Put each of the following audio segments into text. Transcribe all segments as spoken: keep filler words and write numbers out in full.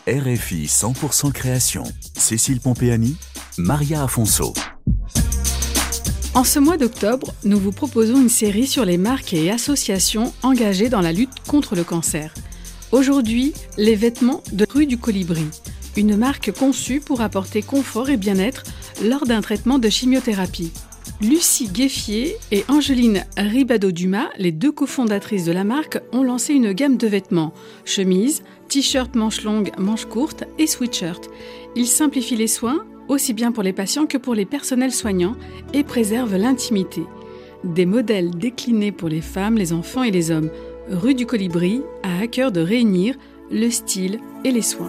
R F I cent pour cent Création. Cécile Pompeani, Maria Afonso. En ce mois d'octobre, nous vous proposons une série sur les marques et associations engagées dans la lutte contre le cancer. Aujourd'hui, les vêtements de Rue du Colibri, une marque conçue pour apporter confort et bien-être lors d'un traitement de chimiothérapie. Lucie Gueffier et Angeline Ribado-Dumas, les deux cofondatrices de la marque, ont lancé une gamme de vêtements, chemises, t-shirts manches longues, manches courtes et sweatshirts. Ils simplifient les soins, aussi bien pour les patients que pour les personnels soignants, et préservent l'intimité. Des modèles déclinés pour les femmes, les enfants et les hommes. Rue du Colibri a à cœur de réunir le style et les soins.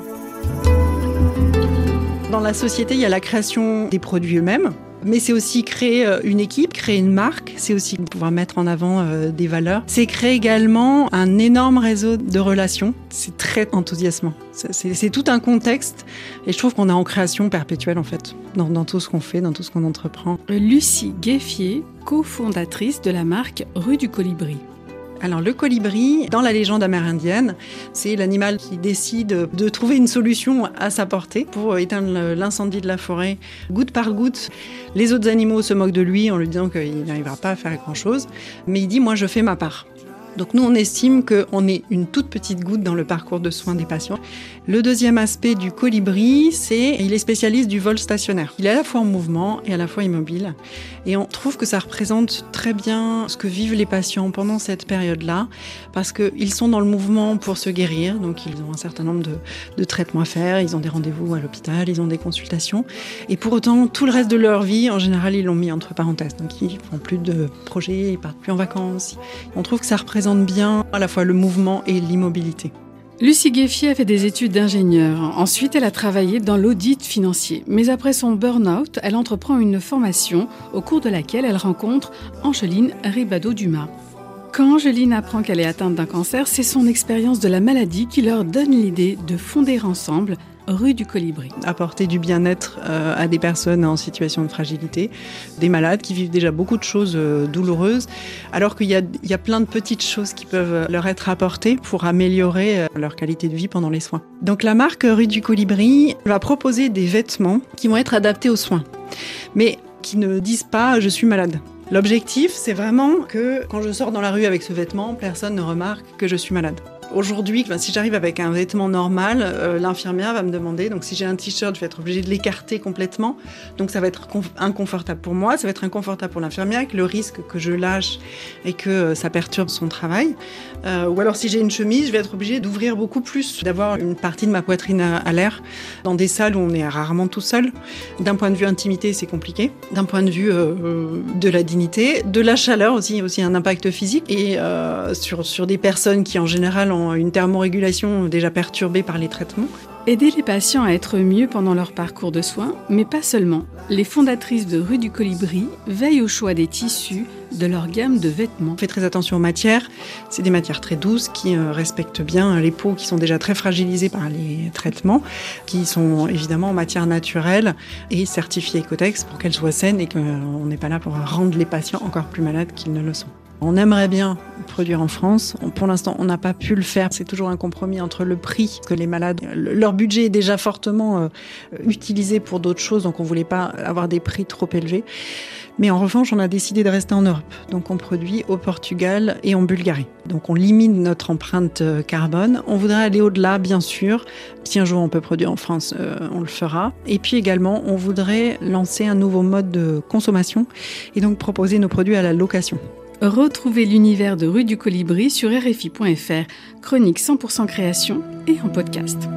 Dans la société, il y a la création des produits eux-mêmes, mais c'est aussi créer une équipe, créer une marque, c'est aussi pouvoir mettre en avant euh, des valeurs. C'est créer également un énorme réseau de relations. C'est très enthousiasmant. C'est, c'est, c'est tout un contexte et je trouve qu'on est en création perpétuelle en fait, dans, dans tout ce qu'on fait, dans tout ce qu'on entreprend. Lucie Gueffier, cofondatrice de la marque Rue du Colibri. Alors le colibri, dans la légende amérindienne, c'est l'animal qui décide de trouver une solution à sa portée pour éteindre l'incendie de la forêt. Goutte par goutte, les autres animaux se moquent de lui en lui disant qu'il n'arrivera pas à faire grand-chose. Mais il dit « moi je fais ma part ». Donc nous, on estime qu'on est une toute petite goutte dans le parcours de soins des patients. Le deuxième aspect du colibri, c'est qu'il est spécialiste du vol stationnaire. Il est à la fois en mouvement et à la fois immobile. Et on trouve que ça représente très bien ce que vivent les patients pendant cette période-là, parce qu'ils sont dans le mouvement pour se guérir. Donc ils ont un certain nombre de, de traitements à faire, ils ont des rendez-vous à l'hôpital, ils ont des consultations. Et pour autant, tout le reste de leur vie, en général, ils l'ont mis entre parenthèses. Donc ils font plus de projets, ils partent plus en vacances. On trouve que ça représente bien à la fois le mouvement et l'immobilité. Lucie Gueffier a fait des études d'ingénieur. Ensuite, elle a travaillé dans l'audit financier. Mais après son burn-out, elle entreprend une formation au cours de laquelle elle rencontre Angeline Ribado-Dumas. Quand Angeline apprend qu'elle est atteinte d'un cancer, c'est son expérience de la maladie qui leur donne l'idée de fonder ensemble Rue du Colibri. Apporter du bien-être euh, à des personnes en situation de fragilité, des malades qui vivent déjà beaucoup de choses euh, douloureuses, alors qu'il y a, il y a plein de petites choses qui peuvent leur être apportées pour améliorer euh, leur qualité de vie pendant les soins. Donc la marque Rue du Colibri va proposer des vêtements qui vont être adaptés aux soins, mais qui ne disent pas « je suis malade ». L'objectif, c'est vraiment que quand je sors dans la rue avec ce vêtement, personne ne remarque que je suis malade. Aujourd'hui, si j'arrive avec un vêtement normal, euh, l'infirmière va me demander, donc si j'ai un t-shirt, je vais être obligée de l'écarter complètement. Donc ça va être conf- inconfortable pour moi, ça va être inconfortable pour l'infirmière, avec le risque que je lâche et que euh, ça perturbe son travail. Euh, ou alors si j'ai une chemise, je vais être obligée d'ouvrir beaucoup plus, d'avoir une partie de ma poitrine à, à l'air, dans des salles où on est rarement tout seul. D'un point de vue intimité, c'est compliqué. D'un point de vue euh, de la dignité, de la chaleur aussi, aussi un impact physique. Et euh, sur, sur des personnes qui en général ont une thermorégulation déjà perturbée par les traitements. Aider les patients à être mieux pendant leur parcours de soins, mais pas seulement. Les fondatrices de Rue du Colibri veillent au choix des tissus de leur gamme de vêtements. On fait très attention aux matières. C'est des matières très douces qui euh, respectent bien les peaux qui sont déjà très fragilisées par les traitements, qui sont évidemment en matière naturelle et certifiées Ecotex pour qu'elles soient saines et qu'on n'est pas là pour rendre les patients encore plus malades qu'ils ne le sont. On aimerait bien produire en France. Pour l'instant, on n'a pas pu le faire. C'est toujours un compromis entre le prix, que les malades, leur budget est déjà fortement euh, utilisé pour d'autres choses, donc on ne voulait pas avoir des prix trop élevés. Mais en revanche, on a décidé de rester en Europe. Donc on produit au Portugal et en Bulgarie. Donc on limite notre empreinte carbone. On voudrait aller au-delà, bien sûr. Si un jour on peut produire en France, euh, on le fera. Et puis également, on voudrait lancer un nouveau mode de consommation et donc proposer nos produits à la location. Retrouvez l'univers de Rue du Colibri sur R F I point F R, chronique cent pour cent création et en podcast.